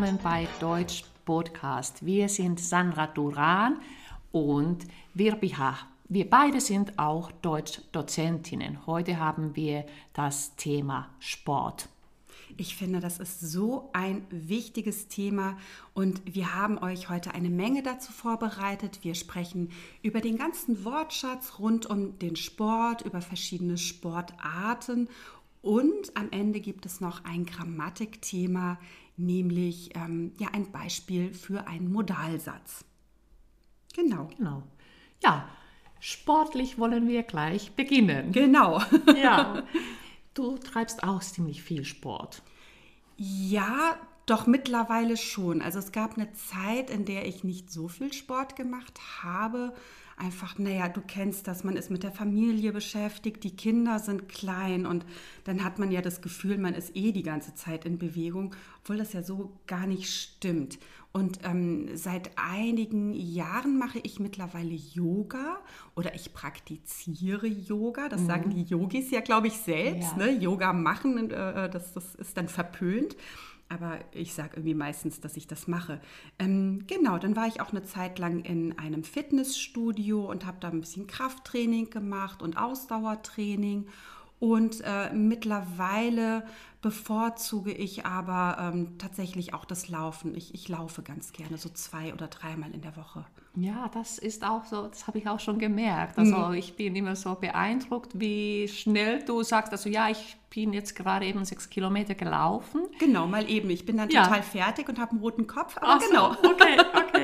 willkommen bei Deutsch Podcast. Wir sind Sandra Duran und Virbiha. Wir beide sind auch Deutschdozentinnen. Heute haben wir das Thema Sport. Ich finde, das ist so ein wichtiges Thema und wir haben euch heute eine Menge dazu vorbereitet. Wir sprechen über den ganzen Wortschatz rund um den Sport, über verschiedene Sportarten und am Ende gibt es noch ein Grammatikthema, nämlich ein Beispiel für einen Modalsatz. Genau. Ja, sportlich wollen wir gleich beginnen. Genau. Ja. Du treibst auch ziemlich viel Sport. Ja, doch mittlerweile schon. Also es gab eine Zeit, in der ich nicht so viel Sport gemacht habe. Einfach, du kennst das, man ist mit der Familie beschäftigt, die Kinder sind klein und dann hat man ja das Gefühl, man ist die ganze Zeit in Bewegung, obwohl das ja so gar nicht stimmt. Und seit einigen Jahren mache ich mittlerweile Yoga oder ich praktiziere Yoga. Das sagen die Yogis ja, glaube ich, selbst. Ja. Ne? Yoga machen, das ist dann verpönt. Aber ich sage irgendwie meistens, dass ich das mache. Genau, dann war ich auch eine Zeit lang in einem Fitnessstudio und habe da ein bisschen Krafttraining gemacht und Ausdauertraining. Und mittlerweile bevorzuge ich aber tatsächlich auch das Laufen. Ich laufe ganz gerne, so 2 oder 3 Mal in der Woche. Ja, das ist auch so, das habe ich auch schon gemerkt. Also ich bin immer so beeindruckt, wie schnell du sagst, also ja, ich bin jetzt gerade eben 6 Kilometer gelaufen. Genau, mal eben. Ich bin dann total fertig und habe einen roten Kopf, aber Ach genau. So, okay.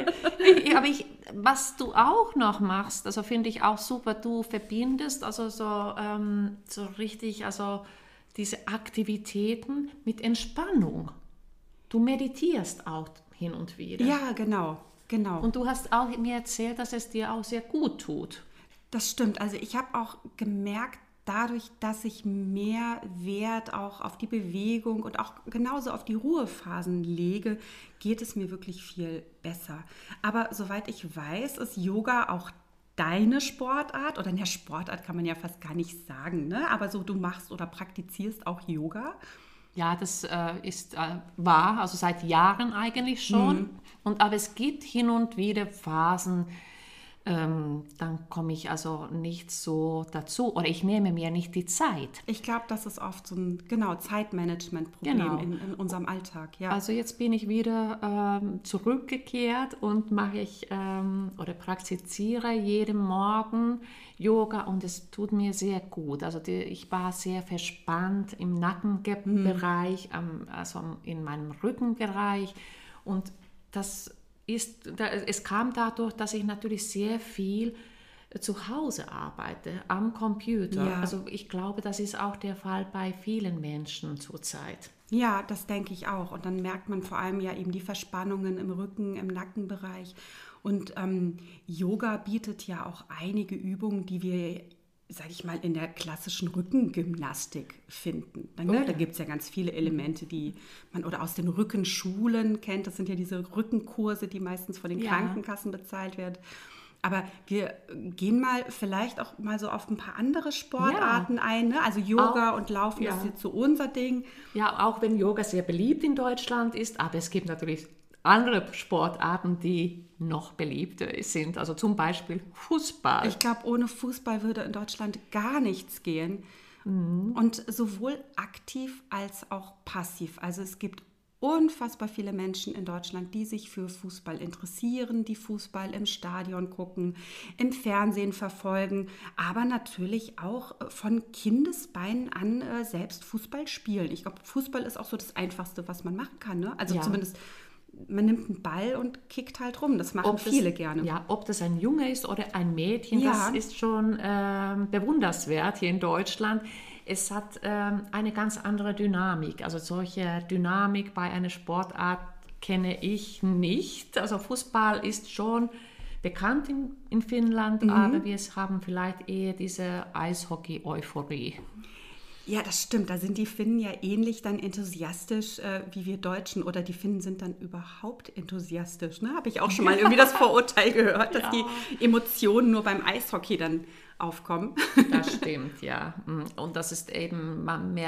Was du auch noch machst, also finde ich auch super, du verbindest also so richtig, also diese Aktivitäten mit Entspannung. Du meditierst auch hin und wieder. Ja, genau. Und du hast auch mir erzählt, dass es dir auch sehr gut tut. Das stimmt. Also ich habe auch gemerkt, dadurch, dass ich mehr Wert auch auf die Bewegung und auch genauso auf die Ruhephasen lege, geht es mir wirklich viel besser. Aber soweit ich weiß, ist Yoga auch deine Sportart oder eine Sportart kann man ja fast gar nicht sagen, ne? Aber so du machst oder praktizierst auch Yoga. Ja, das ist wahr, also seit Jahren eigentlich schon. Aber es gibt hin und wieder Phasen, dann komme ich also nicht so dazu oder ich nehme mir nicht die Zeit. Ich glaube, das ist oft so ein Zeitmanagement-Problem in unserem Alltag. Ja. Also jetzt bin ich wieder zurückgekehrt und oder praktiziere jeden Morgen Yoga und es tut mir sehr gut. Also ich war sehr verspannt im Nackenbereich, also in meinem Rückenbereich und es kam dadurch, dass ich natürlich sehr viel zu Hause arbeite, am Computer. Ja. Also ich glaube, das ist auch der Fall bei vielen Menschen zurzeit. Ja, das denke ich auch. Und dann merkt man vor allem ja eben die Verspannungen im Rücken, im Nackenbereich. Und Yoga bietet ja auch einige Übungen, die wir, sage ich mal, in der klassischen Rückengymnastik finden. Da gibt es ja ganz viele Elemente, die man oder aus den Rückenschulen kennt. Das sind ja diese Rückenkurse, die meistens von den Krankenkassen bezahlt werden. Aber wir gehen vielleicht auch mal so auf ein paar andere Sportarten ein. Ne? Also Yoga und Laufen ist jetzt so unser Ding. Ja, auch wenn Yoga sehr beliebt in Deutschland ist, aber es gibt natürlich andere Sportarten, die noch beliebter sind. Also zum Beispiel Fußball. Ich glaube, ohne Fußball würde in Deutschland gar nichts gehen. Und sowohl aktiv als auch passiv. Also es gibt unfassbar viele Menschen in Deutschland, die sich für Fußball interessieren, die Fußball im Stadion gucken, im Fernsehen verfolgen, aber natürlich auch von Kindesbeinen an selbst Fußball spielen. Ich glaube, Fußball ist auch so das Einfachste, was man machen kann. Ne? Also zumindest, man nimmt einen Ball und kickt halt rum. Das machen viele gerne. Ja, ob das ein Junge ist oder ein Mädchen, das ist schon bewundernswert hier in Deutschland. Es hat eine ganz andere Dynamik. Also solche Dynamik bei einer Sportart kenne ich nicht. Also Fußball ist schon bekannt in Finnland, aber wir haben vielleicht eher diese Eishockey-Euphorie. Ja, das stimmt. Da sind die Finnen ja ähnlich dann enthusiastisch wie wir Deutschen. Oder die Finnen sind dann überhaupt enthusiastisch. Ne? Habe ich auch schon mal irgendwie das Vorurteil gehört, dass die Emotionen nur beim Eishockey dann aufkommen. Das stimmt, ja. Und das ist eben, man merkt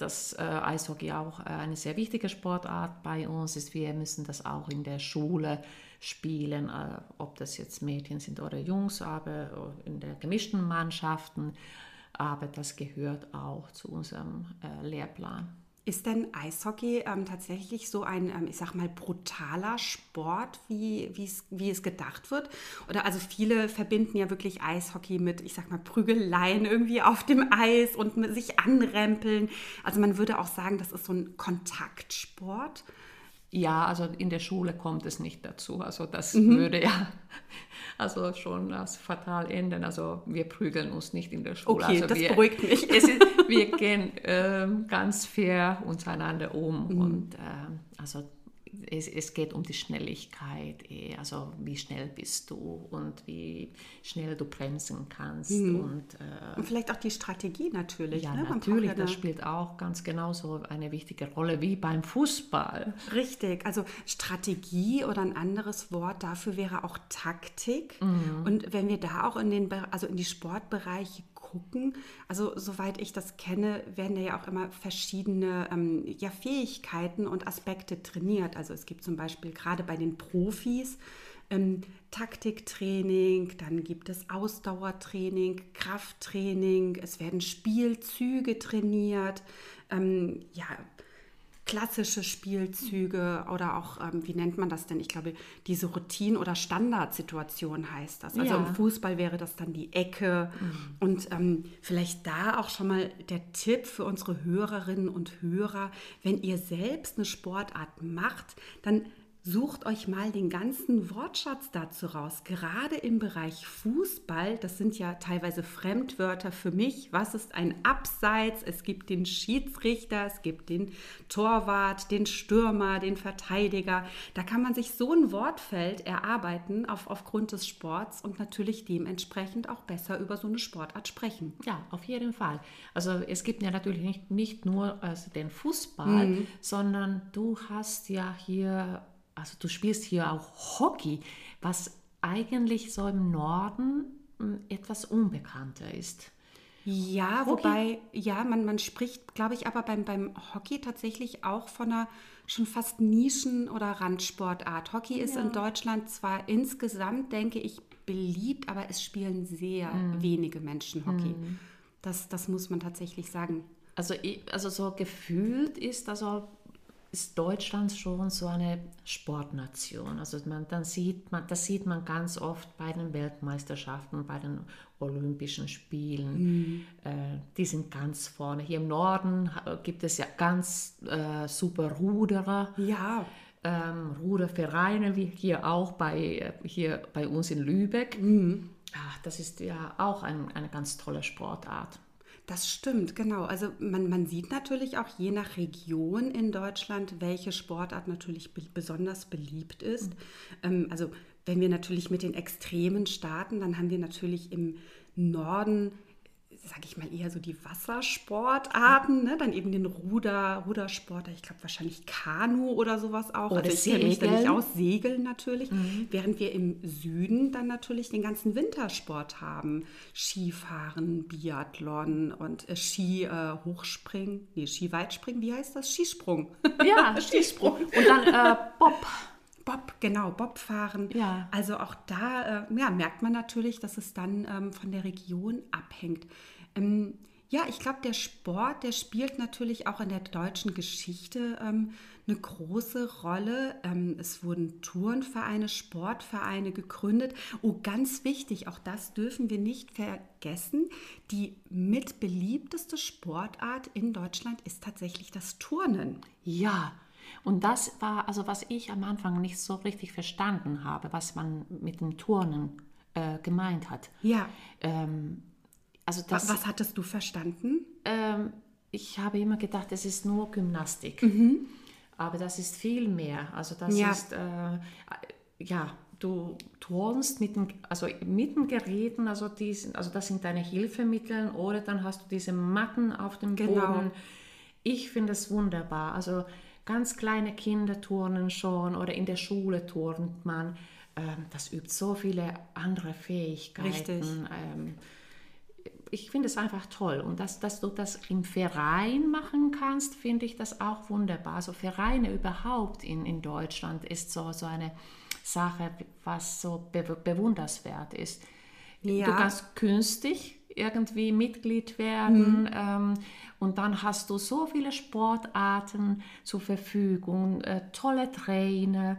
dass Eishockey auch eine sehr wichtige Sportart bei uns ist. Wir müssen das auch in der Schule spielen, ob das jetzt Mädchen sind oder Jungs, aber in der gemischten Mannschaften. Aber das gehört auch zu unserem Lehrplan. Ist denn Eishockey tatsächlich so ein, ich sag mal, brutaler Sport, wie es gedacht wird? Oder also viele verbinden ja wirklich Eishockey mit, ich sag mal, Prügeleien irgendwie auf dem Eis und mit sich anrempeln. Also man würde auch sagen, das ist so ein Kontaktsport. Ja, also in der Schule kommt es nicht dazu. Also das würde ja also schon als fatal enden. Also wir prügeln uns nicht in der Schule. Okay, also das beruhigt mich. Wir gehen ganz fair untereinander um. Und also es geht um die Schnelligkeit, also wie schnell bist du und wie schnell du bremsen kannst. Und vielleicht auch die Strategie natürlich. Ja, ne? natürlich, das spielt auch ganz genauso eine wichtige Rolle wie beim Fußball. Richtig, also Strategie oder ein anderes Wort dafür wäre auch Taktik. Und wenn wir da auch in die Sportbereiche gucken, also soweit ich das kenne, werden ja auch immer verschiedene Fähigkeiten und Aspekte trainiert. Also es gibt zum Beispiel gerade bei den Profis Taktiktraining, dann gibt es Ausdauertraining, Krafttraining, es werden Spielzüge trainiert, klassische Spielzüge oder auch, wie nennt man das denn? Ich glaube, diese Routine- oder Standardsituation heißt das. Also im Fußball wäre das dann die Ecke. Und vielleicht da auch schon mal der Tipp für unsere Hörerinnen und Hörer, wenn ihr selbst eine Sportart macht, dann sucht euch mal den ganzen Wortschatz dazu raus. Gerade im Bereich Fußball, das sind ja teilweise Fremdwörter für mich. Was ist ein Abseits? Es gibt den Schiedsrichter, es gibt den Torwart, den Stürmer, den Verteidiger. Da kann man sich so ein Wortfeld erarbeiten aufgrund des Sports und natürlich dementsprechend auch besser über so eine Sportart sprechen. Ja, auf jeden Fall. Also es gibt ja natürlich nicht nur den Fußball, sondern du hast ja hier... Also du spielst hier auch Hockey, was eigentlich so im Norden etwas unbekannter ist. Ja, wobei, ja, man spricht, glaube ich, aber beim Hockey tatsächlich auch von einer schon fast Nischen- oder Randsportart. Hockey ist in Deutschland zwar insgesamt, denke ich, beliebt, aber es spielen sehr wenige Menschen Hockey. Das muss man tatsächlich sagen. Also so gefühlt ist Deutschland schon so eine Sportnation. Also das sieht man ganz oft bei den Weltmeisterschaften, bei den Olympischen Spielen. Die sind ganz vorne. Hier im Norden gibt es ja ganz super Ruderer. Ja. Rudervereine, wie hier auch bei uns in Lübeck. Das ist ja auch eine ganz tolle Sportart. Das stimmt, genau. Also man sieht natürlich auch je nach Region in Deutschland, welche Sportart natürlich besonders beliebt ist. Also wenn wir natürlich mit den Extremen starten, dann haben wir natürlich im Norden, sage ich mal, eher so die Wassersportarten, ne? Dann eben den Rudersport, ich glaube wahrscheinlich Kanu oder sowas auch. Oder also ich kenne mich da nicht aus, Segeln natürlich. Während wir im Süden dann natürlich den ganzen Wintersport haben. Skifahren, Biathlon und Ski-Hochspringen, Ski-Weitspringen, wie heißt das? Skisprung. Ja, Skisprung. Und dann Bob. Bobfahren. Ja. Also auch da merkt man natürlich, dass es dann von der Region abhängt. Ich glaube, der Sport, der spielt natürlich auch in der deutschen Geschichte eine große Rolle. Es wurden Turnvereine, Sportvereine gegründet. Oh, ganz wichtig, auch das dürfen wir nicht vergessen. Die mitbeliebteste Sportart in Deutschland ist tatsächlich das Turnen. Ja, und das war, also was ich am Anfang nicht so richtig verstanden habe, was man mit dem Turnen gemeint hat. Ja. Was hattest du verstanden? Ich habe immer gedacht, es ist nur Gymnastik. Aber das ist viel mehr. Also das ist, du turnst mit den Geräten, also das sind deine Hilfemittel, oder dann hast du diese Matten auf dem Boden. Ich finde es wunderbar. Also ganz kleine Kinder turnen schon oder in der Schule turnt man. Das übt so viele andere Fähigkeiten. Richtig. ich finde es einfach toll. Und dass du das im Verein machen kannst, finde ich das auch wunderbar. Also Vereine überhaupt in Deutschland ist so eine Sache, was so bewundernswert ist. Ja. Du kannst künstlich irgendwie Mitglied werden und dann hast du so viele Sportarten zur Verfügung, tolle Trainer,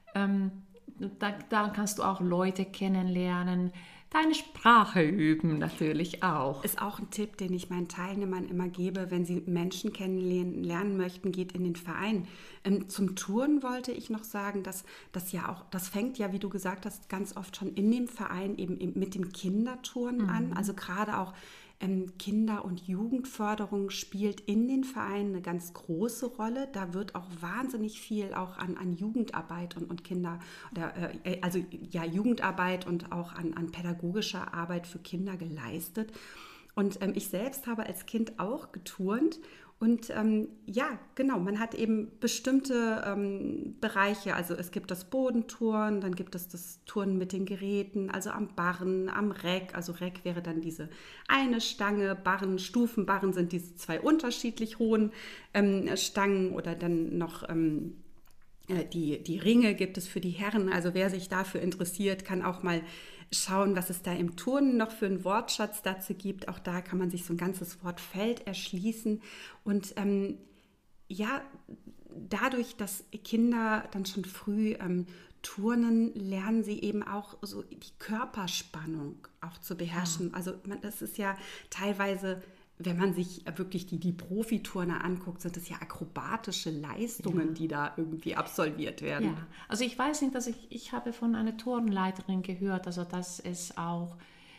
da kannst du auch Leute kennenlernen, deine Sprache üben natürlich auch. Ist auch ein Tipp, den ich meinen Teilnehmern immer gebe, wenn sie Menschen kennenlernen möchten, geht in den Verein. Zum Touren wollte ich noch sagen, dass das ja auch, das fängt ja, wie du gesagt hast, ganz oft schon in dem Verein eben mit dem Kindertouren an. Also gerade auch Kinder- und Jugendförderung spielt in den Vereinen eine ganz große Rolle. Da wird auch wahnsinnig viel auch an Jugendarbeit und Kinder, Jugendarbeit und auch an pädagogischer Arbeit für Kinder geleistet. Und ich selbst habe als Kind auch geturnt. Und genau, man hat eben bestimmte Bereiche, also es gibt das Bodenturnen, dann gibt es das Turnen mit den Geräten, also am Barren, am Reck, also Reck wäre dann diese eine Stange, Barren, Stufenbarren sind diese zwei unterschiedlich hohen Stangen oder dann noch die Ringe gibt es für die Herren, also wer sich dafür interessiert, kann auch mal schauen, was es da im Turnen noch für einen Wortschatz dazu gibt. Auch da kann man sich so ein ganzes Wortfeld erschließen. Und dadurch, dass Kinder dann schon früh turnen, lernen sie eben auch so die Körperspannung auch zu beherrschen. Ja. Also das ist ja teilweise, wenn man sich wirklich die Profiturner anguckt, sind das ja akrobatische Leistungen, die da irgendwie absolviert werden. Ja, also ich weiß nicht, dass ich habe von einer Turnleiterin gehört, also dass es auch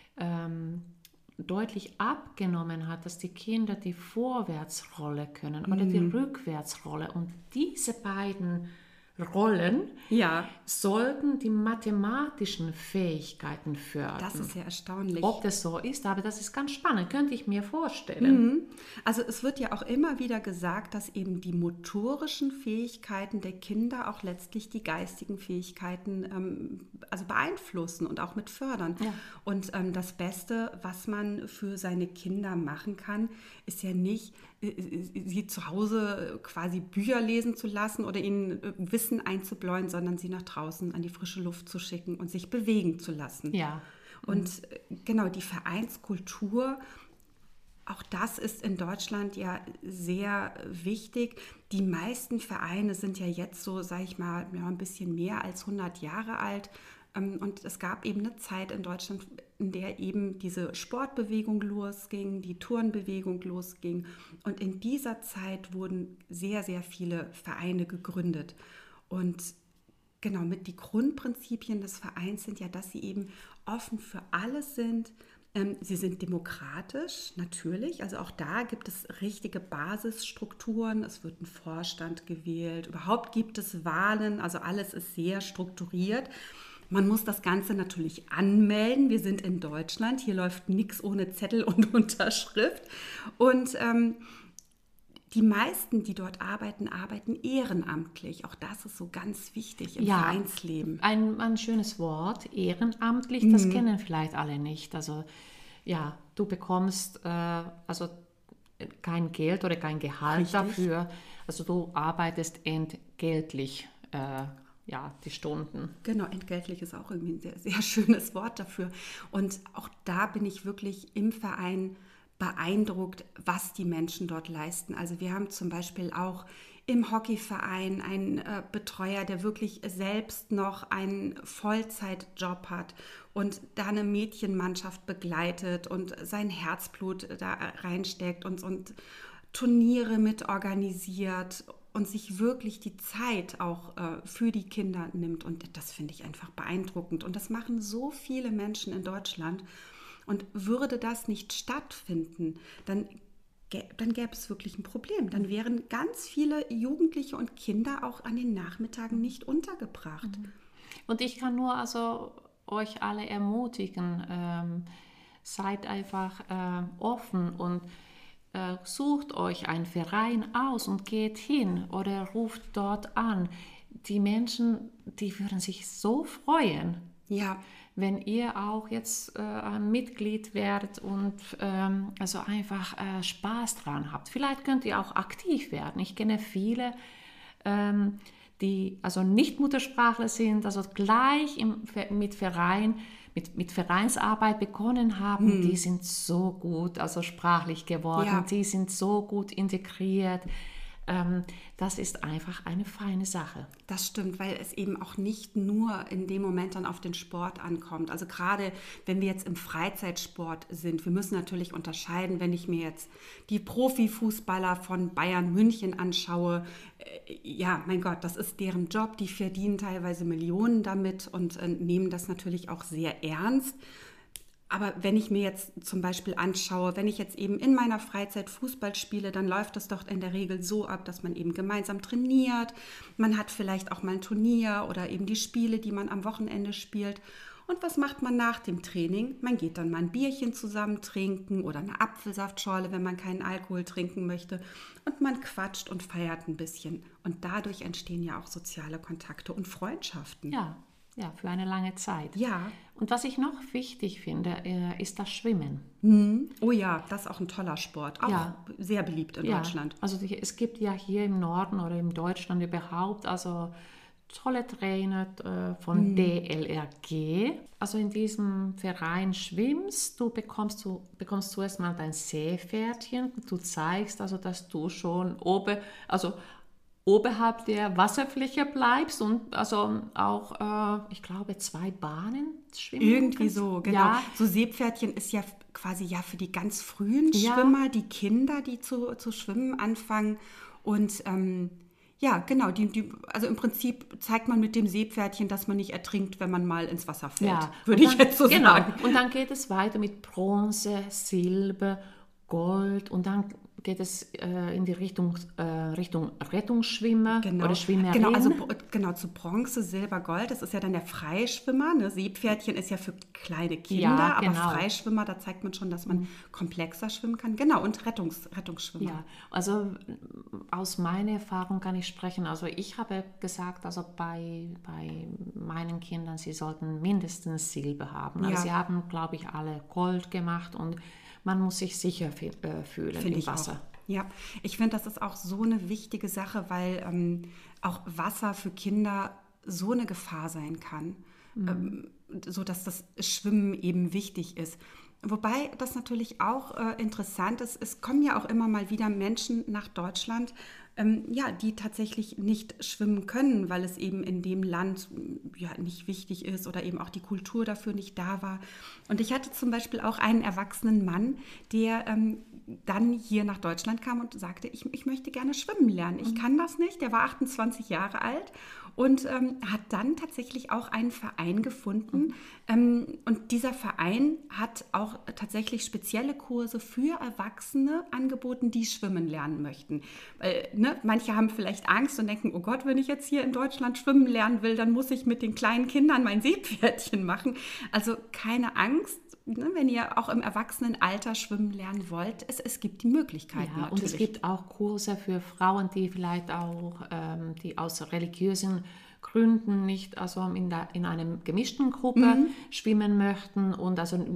deutlich abgenommen hat, dass die Kinder die Vorwärtsrolle können oder die Rückwärtsrolle. Und diese beiden Rollen sollten die mathematischen Fähigkeiten fördern. Das ist ja erstaunlich. Ob das so ist, aber das ist ganz spannend, könnte ich mir vorstellen. Also es wird ja auch immer wieder gesagt, dass eben die motorischen Fähigkeiten der Kinder auch letztlich die geistigen Fähigkeiten beeinflussen und auch mit fördern. Ja. Und das Beste, was man für seine Kinder machen kann, ist ja nicht, sie zu Hause quasi Bücher lesen zu lassen oder ihnen Wissen einzubläuen, sondern sie nach draußen an die frische Luft zu schicken und sich bewegen zu lassen. Ja. Und genau, die Vereinskultur, auch das ist in Deutschland ja sehr wichtig. Die meisten Vereine sind ja jetzt so, sage ich mal, ein bisschen mehr als 100 Jahre alt. Und es gab eben eine Zeit in Deutschland, in der eben diese Sportbewegung losging, die Turnbewegung losging. Und in dieser Zeit wurden sehr, sehr viele Vereine gegründet. Und genau, mit die Grundprinzipien des Vereins sind ja, dass sie eben offen für alles sind. Sie sind demokratisch, natürlich. Also auch da gibt es richtige Basisstrukturen. Es wird ein Vorstand gewählt. Überhaupt gibt es Wahlen. Also alles ist sehr strukturiert. Man muss das Ganze natürlich anmelden. Wir sind in Deutschland. Hier läuft nichts ohne Zettel und Unterschrift. Und die meisten, die dort arbeiten, arbeiten ehrenamtlich. Auch das ist so ganz wichtig im Vereinsleben. Ein schönes Wort, ehrenamtlich, das kennen vielleicht alle nicht. Also ja, du bekommst kein Geld oder kein Gehalt dafür. Also du arbeitest entgeltlich. Die Stunden. Genau, entgeltlich ist auch irgendwie ein sehr, sehr schönes Wort dafür. Und auch da bin ich wirklich im Verein beeindruckt, was die Menschen dort leisten. Also wir haben zum Beispiel auch im Hockeyverein einen Betreuer, der wirklich selbst noch einen Vollzeitjob hat und da eine Mädchenmannschaft begleitet und sein Herzblut da reinsteckt und Turniere mit organisiert und sich wirklich die Zeit auch für die Kinder nimmt. Und das finde ich einfach beeindruckend. Und das machen so viele Menschen in Deutschland. Und würde das nicht stattfinden, dann gäbe es wirklich ein Problem. Dann wären ganz viele Jugendliche und Kinder auch an den Nachmittagen nicht untergebracht. Und ich kann nur euch alle ermutigen, seid einfach offen und sucht euch einen Verein aus und geht hin oder ruft dort an. Die Menschen, die würden sich so freuen. Ja. Wenn ihr auch jetzt ein Mitglied werdet und also einfach Spaß dran habt. Vielleicht könnt ihr auch aktiv werden. Ich kenne viele, die also nicht Muttersprachler sind, also gleich mit Vereinsarbeit begonnen haben. Die sind so gut, also sprachlich geworden. Die sind so gut integriert. Das ist einfach eine feine Sache. Das stimmt, weil es eben auch nicht nur in dem Moment dann auf den Sport ankommt. Also gerade wenn wir jetzt im Freizeitsport sind, wir müssen natürlich unterscheiden, wenn ich mir jetzt die Profifußballer von Bayern München anschaue, ja, mein Gott, das ist deren Job, die verdienen teilweise Millionen damit und nehmen das natürlich auch sehr ernst. Aber wenn ich mir jetzt zum Beispiel anschaue, wenn ich jetzt eben in meiner Freizeit Fußball spiele, dann läuft das doch in der Regel so ab, dass man eben gemeinsam trainiert. Man hat vielleicht auch mal ein Turnier oder eben die Spiele, die man am Wochenende spielt. Und was macht man nach dem Training? Man geht dann mal ein Bierchen zusammen trinken oder eine Apfelsaftschorle, wenn man keinen Alkohol trinken möchte. Und man quatscht und feiert ein bisschen. Und dadurch entstehen ja auch soziale Kontakte und Freundschaften. Ja, für eine lange Zeit. Ja. Und was ich noch wichtig finde, ist das Schwimmen. Oh ja, das ist auch ein toller Sport. Auch sehr beliebt in Deutschland. Also es gibt ja hier im Norden oder in Deutschland überhaupt also tolle Trainer von DLRG. Also in diesem Verein schwimmst, du bekommst zuerst mal dein Seepferdchen. Du zeigst also, dass du schon oberhalb der Wasserfläche bleibst und also auch, ich glaube, 2 Bahnen schwimmen. Irgendwie so, genau. Ja. So Seepferdchen ist ja quasi für die ganz frühen Schwimmer, die Kinder, die zu schwimmen anfangen. Und ja, genau, also im Prinzip zeigt man mit dem Seepferdchen, dass man nicht ertrinkt, wenn man mal ins Wasser fällt, würde ich jetzt so sagen. Und dann geht es weiter mit Bronze, Silber, Gold und dann geht es in die Richtung Rettungsschwimmer oder Schwimmerin. Genau, zu Bronze, Silber, Gold, das ist ja dann der Freischwimmer. Ne? Seepferdchen ist ja für kleine Kinder, aber Freischwimmer, da zeigt man schon, dass man komplexer schwimmen kann. Genau, und Rettungsschwimmer. Ja, also aus meiner Erfahrung kann ich sprechen. Also ich habe gesagt, also bei meinen Kindern, sie sollten mindestens Silber haben. Also sie haben, glaube ich, alle Gold gemacht und man muss sich sicher fühlen im Wasser. Auch. Ja, ich finde, das ist auch so eine wichtige Sache, weil auch Wasser für Kinder so eine Gefahr sein kann, so dass das Schwimmen eben wichtig ist. Wobei das natürlich auch interessant ist, es kommen ja auch immer mal wieder Menschen nach Deutschland, die tatsächlich nicht schwimmen können, weil es eben in dem Land nicht wichtig ist oder eben auch die Kultur dafür nicht da war. Und ich hatte zum Beispiel auch einen erwachsenen Mann, der dann hier nach Deutschland kam und sagte, ich möchte gerne schwimmen lernen. Ich kann das nicht. Der war 28 Jahre alt und hat dann tatsächlich auch einen Verein gefunden. Und dieser Verein hat auch tatsächlich spezielle Kurse für Erwachsene angeboten, die schwimmen lernen möchten. Manche haben vielleicht Angst und denken, oh Gott, wenn ich jetzt hier in Deutschland schwimmen lernen will, dann muss ich mit den kleinen Kindern mein Seepferdchen machen. Also keine Angst. Wenn ihr auch im Erwachsenenalter schwimmen lernen wollt, es gibt die Möglichkeiten natürlich. Und es gibt auch Kurse für Frauen, die vielleicht auch die aus religiösen Gründen nicht also in einer gemischten Gruppe schwimmen möchten und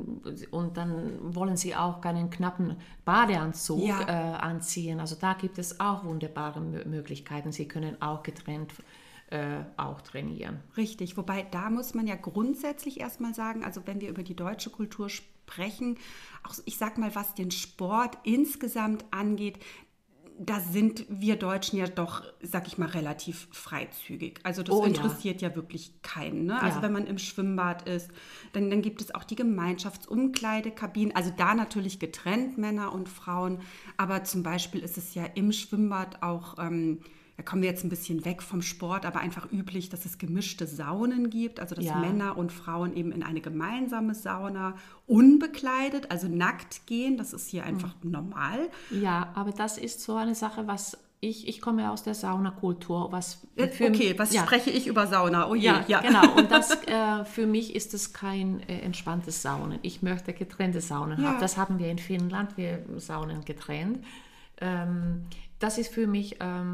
dann wollen sie auch keinen knappen Badeanzug anziehen. Also da gibt es auch wunderbare Möglichkeiten. Sie können auch getrennt auch trainieren. Richtig, wobei da muss man ja grundsätzlich erstmal sagen, also wenn wir über die deutsche Kultur sprechen, auch ich sag mal, was den Sport insgesamt angeht, da sind wir Deutschen ja doch, sag ich mal, relativ freizügig. Also das interessiert ja wirklich keinen. Ne? Also wenn man im Schwimmbad ist, dann gibt es auch die Gemeinschaftsumkleidekabinen. Also da natürlich getrennt, Männer und Frauen. Aber zum Beispiel ist es ja im Schwimmbad auch, da kommen wir jetzt ein bisschen weg vom Sport, aber einfach üblich, dass es gemischte Saunen gibt. Also dass Männer und Frauen eben in eine gemeinsame Sauna unbekleidet, also nackt gehen. Das ist hier einfach normal. Ja, aber das ist so eine Sache, was ich komme aus der Saunakultur. Spreche ich über Sauna? Oh je, ja. Genau. Und das für mich ist es kein entspanntes Saunen. Ich möchte getrennte Saunen haben. Das haben wir in Finnland, wir saunen getrennt. Das ist für mich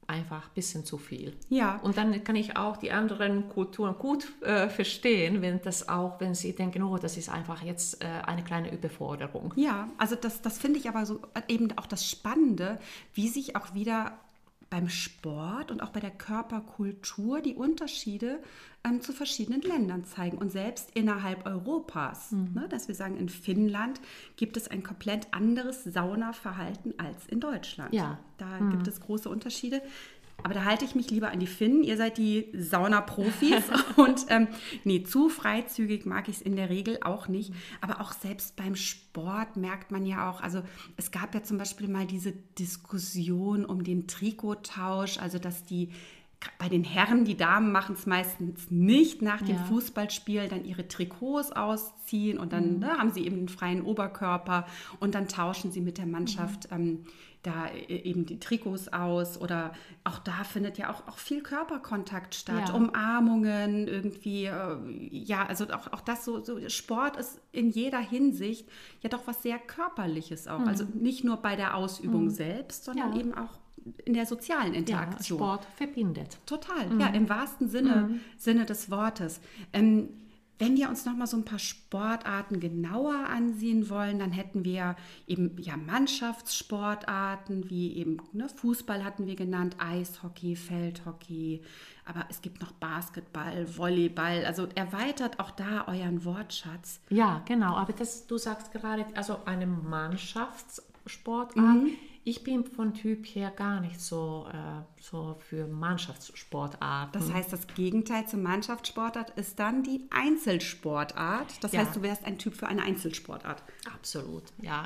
einfach ein bisschen zu viel. Ja. Und dann kann ich auch die anderen Kulturen gut verstehen, wenn sie denken, oh, das ist einfach jetzt eine kleine Überforderung. Ja, also das finde ich aber so eben auch das Spannende, wie sich auch wieder beim Sport und auch bei der Körperkultur die Unterschiede zu verschiedenen Ländern zeigen. Und selbst innerhalb Europas, ne, dass wir sagen, in Finnland gibt es ein komplett anderes Saunaverhalten als in Deutschland. Ja. Da gibt es große Unterschiede. Aber da halte ich mich lieber an die Finnen. Ihr seid die Saunaprofis. Und nee, zu freizügig mag ich es in der Regel auch nicht. Aber auch selbst beim Sport merkt man ja auch, also es gab ja zum Beispiel mal diese Diskussion um den Trikottausch, also dass bei den Herren, die Damen machen es meistens nicht nach dem Fußballspiel, dann ihre Trikots ausziehen und dann haben sie eben einen freien Oberkörper und dann tauschen sie mit der Mannschaft da eben die Trikots aus, oder auch da findet ja auch viel Körperkontakt statt, Umarmungen irgendwie, ja, also auch das so Sport ist in jeder Hinsicht ja doch was sehr Körperliches auch, also nicht nur bei der Ausübung selbst, sondern eben auch in der sozialen Interaktion. Ja, Sport verbindet. Total, ja, im wahrsten Sinne des Wortes. Wenn wir uns noch mal so ein paar Sportarten genauer ansehen wollen, dann hätten wir eben ja Mannschaftssportarten, wie eben Fußball hatten wir genannt, Eishockey, Feldhockey, aber es gibt noch Basketball, Volleyball, also erweitert auch da euren Wortschatz. Ja, genau, aber du sagst gerade, also eine Mannschaftssportart. Ich bin von Typ her gar nicht so für Mannschaftssportarten. Das heißt, das Gegenteil zur Mannschaftssportart ist dann die Einzelsportart. Das heißt, du wärst ein Typ für eine Einzelsportart. Absolut, ja.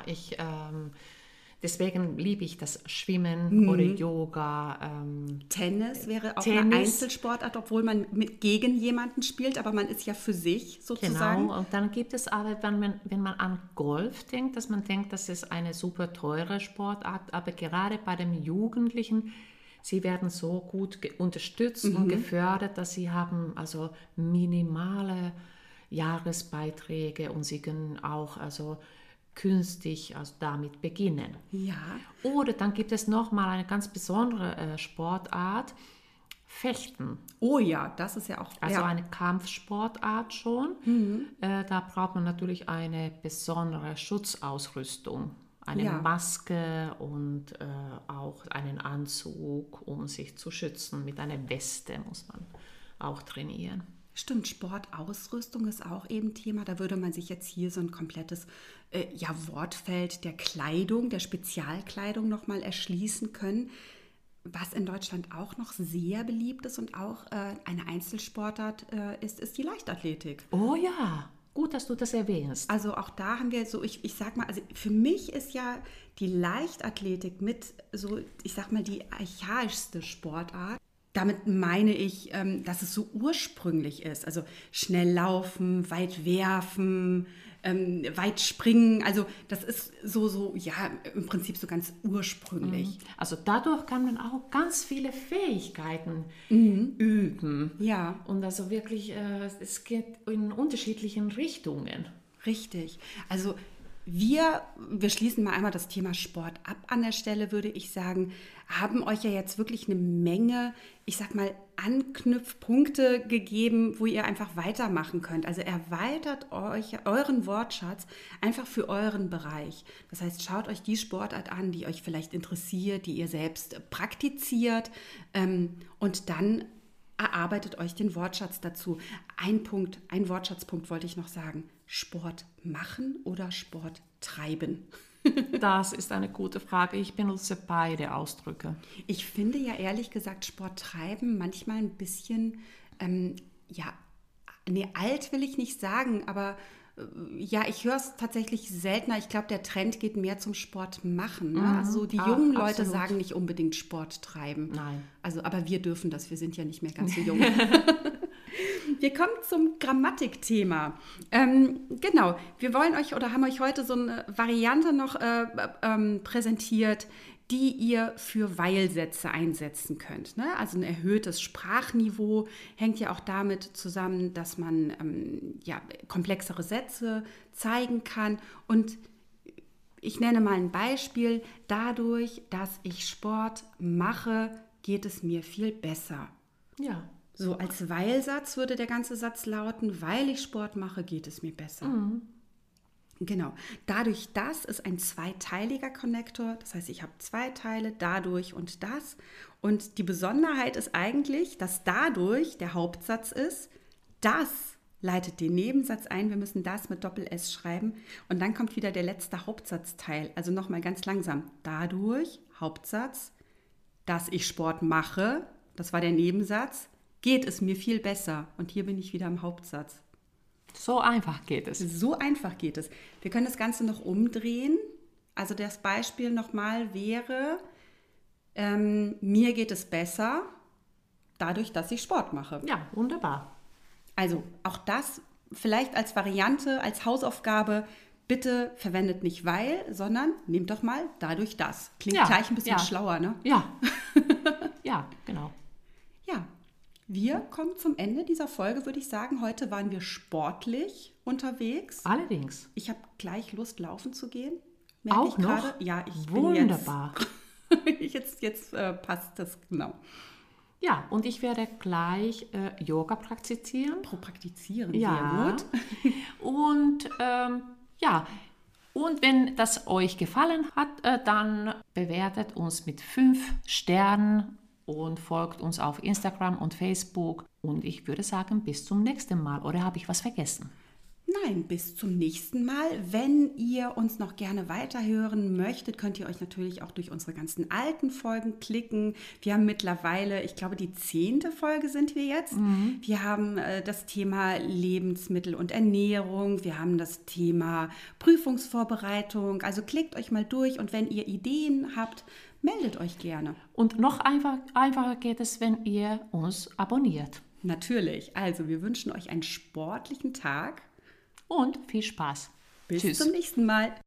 Deswegen liebe ich das Schwimmen oder Yoga. Tennis wäre auch eine Einzelsportart, obwohl man gegen jemanden spielt, aber man ist ja für sich sozusagen. Genau, und dann gibt es aber, wenn man an Golf denkt, dass man denkt, das ist eine super teure Sportart, aber gerade bei den Jugendlichen, sie werden so gut unterstützt und gefördert, dass sie haben also minimale Jahresbeiträge und sie können auch also künstlich damit beginnen. Ja. Oder dann gibt es nochmal eine ganz besondere Sportart, Fechten. Oh ja, das ist ja auch... Also eine Kampfsportart schon. Da braucht man natürlich eine besondere Schutzausrüstung, eine Maske und auch einen Anzug, um sich zu schützen. Mit einer Weste muss man auch trainieren. Stimmt, Sportausrüstung ist auch eben Thema. Da würde man sich jetzt hier so ein komplettes Wortfeld der Kleidung, der Spezialkleidung nochmal erschließen können. Was in Deutschland auch noch sehr beliebt ist und auch eine Einzelsportart ist die Leichtathletik. Oh ja, gut, dass du das erwähnst. Also auch da haben wir so, ich sag mal, also für mich ist ja die Leichtathletik mit so, ich sag mal, die archaischste Sportart. Damit meine ich, dass es so ursprünglich ist. Also schnell laufen, weit werfen, weit springen. Also das ist so, ja, im Prinzip so ganz ursprünglich. Also dadurch kann man auch ganz viele Fähigkeiten üben. Ja. Und also wirklich, es geht in unterschiedlichen Richtungen. Richtig. Also wir schließen mal einmal das Thema Sport ab an der Stelle, würde ich sagen, haben euch ja jetzt wirklich eine Menge, ich sag mal, Anknüpfpunkte gegeben, wo ihr einfach weitermachen könnt. Also erweitert euren Wortschatz einfach für euren Bereich. Das heißt, schaut euch die Sportart an, die euch vielleicht interessiert, die ihr selbst praktiziert, und dann erarbeitet euch den Wortschatz dazu. Ein Wortschatzpunkt wollte ich noch sagen. Sport machen oder Sport treiben? Das ist eine gute Frage. Ich benutze beide Ausdrücke. Ich finde ja ehrlich gesagt Sport treiben manchmal ein bisschen, alt will ich nicht sagen, aber ja, ich höre es tatsächlich seltener. Ich glaube, der Trend geht mehr zum Sport machen. Ne? Also die jungen Leute sagen nicht unbedingt Sport treiben. Nein. Also, aber wir dürfen das. Wir sind ja nicht mehr ganz so jung. Wir kommen zum Grammatikthema. Genau, wir wollen euch oder haben euch heute so eine Variante noch präsentiert, die ihr für Weil-Sätze einsetzen könnt. Ne? Also ein erhöhtes Sprachniveau hängt ja auch damit zusammen, dass man komplexere Sätze zeigen kann. Und ich nenne mal ein Beispiel. Dadurch, dass ich Sport mache, geht es mir viel besser. Ja. So als Weil-Satz würde der ganze Satz lauten, weil ich Sport mache, geht es mir besser. Genau. Dadurch, das ist ein zweiteiliger Konnektor. Das heißt, ich habe 2 Teile, dadurch und das. Und die Besonderheit ist eigentlich, dass dadurch der Hauptsatz ist, das leitet den Nebensatz ein. Wir müssen das mit Doppel-S schreiben. Und dann kommt wieder der letzte Hauptsatzteil. Also nochmal ganz langsam. Dadurch, Hauptsatz, dass ich Sport mache, das war der Nebensatz, geht es mir viel besser. Und hier bin ich wieder im Hauptsatz. So einfach geht es. So einfach geht es. Wir können das Ganze noch umdrehen. Also das Beispiel nochmal wäre, mir geht es besser, dadurch, dass ich Sport mache. Ja, wunderbar. Also auch das vielleicht als Variante, als Hausaufgabe, bitte verwendet nicht weil, sondern nehmt doch mal dadurch das. Klingt gleich ein bisschen schlauer, ne? Ja, ja, genau. Ja, wir kommen zum Ende dieser Folge, würde ich sagen. Heute waren wir sportlich unterwegs. Allerdings. Ich habe gleich Lust, laufen zu gehen. Auch noch? Grade. Ja, ich wunderbar. bin jetzt passt das, genau. Ja, und ich werde gleich Yoga praktizieren. Praktizieren, ja. Sehr gut. Und und wenn das euch gefallen hat, dann bewertet uns mit 5 Sternen und folgt uns auf Instagram und Facebook. Und ich würde sagen, bis zum nächsten Mal. Oder habe ich was vergessen? Nein, bis zum nächsten Mal. Wenn ihr uns noch gerne weiterhören möchtet, könnt ihr euch natürlich auch durch unsere ganzen alten Folgen klicken. Wir haben mittlerweile, ich glaube, die 10. Folge sind wir jetzt. Wir haben das Thema Lebensmittel und Ernährung. Wir haben das Thema Prüfungsvorbereitung. Also klickt euch mal durch und wenn ihr Ideen habt, meldet euch gerne. Und noch einfacher geht es, wenn ihr uns abonniert. Natürlich. Also wir wünschen euch einen sportlichen Tag. Und viel Spaß. Bis zum nächsten Mal.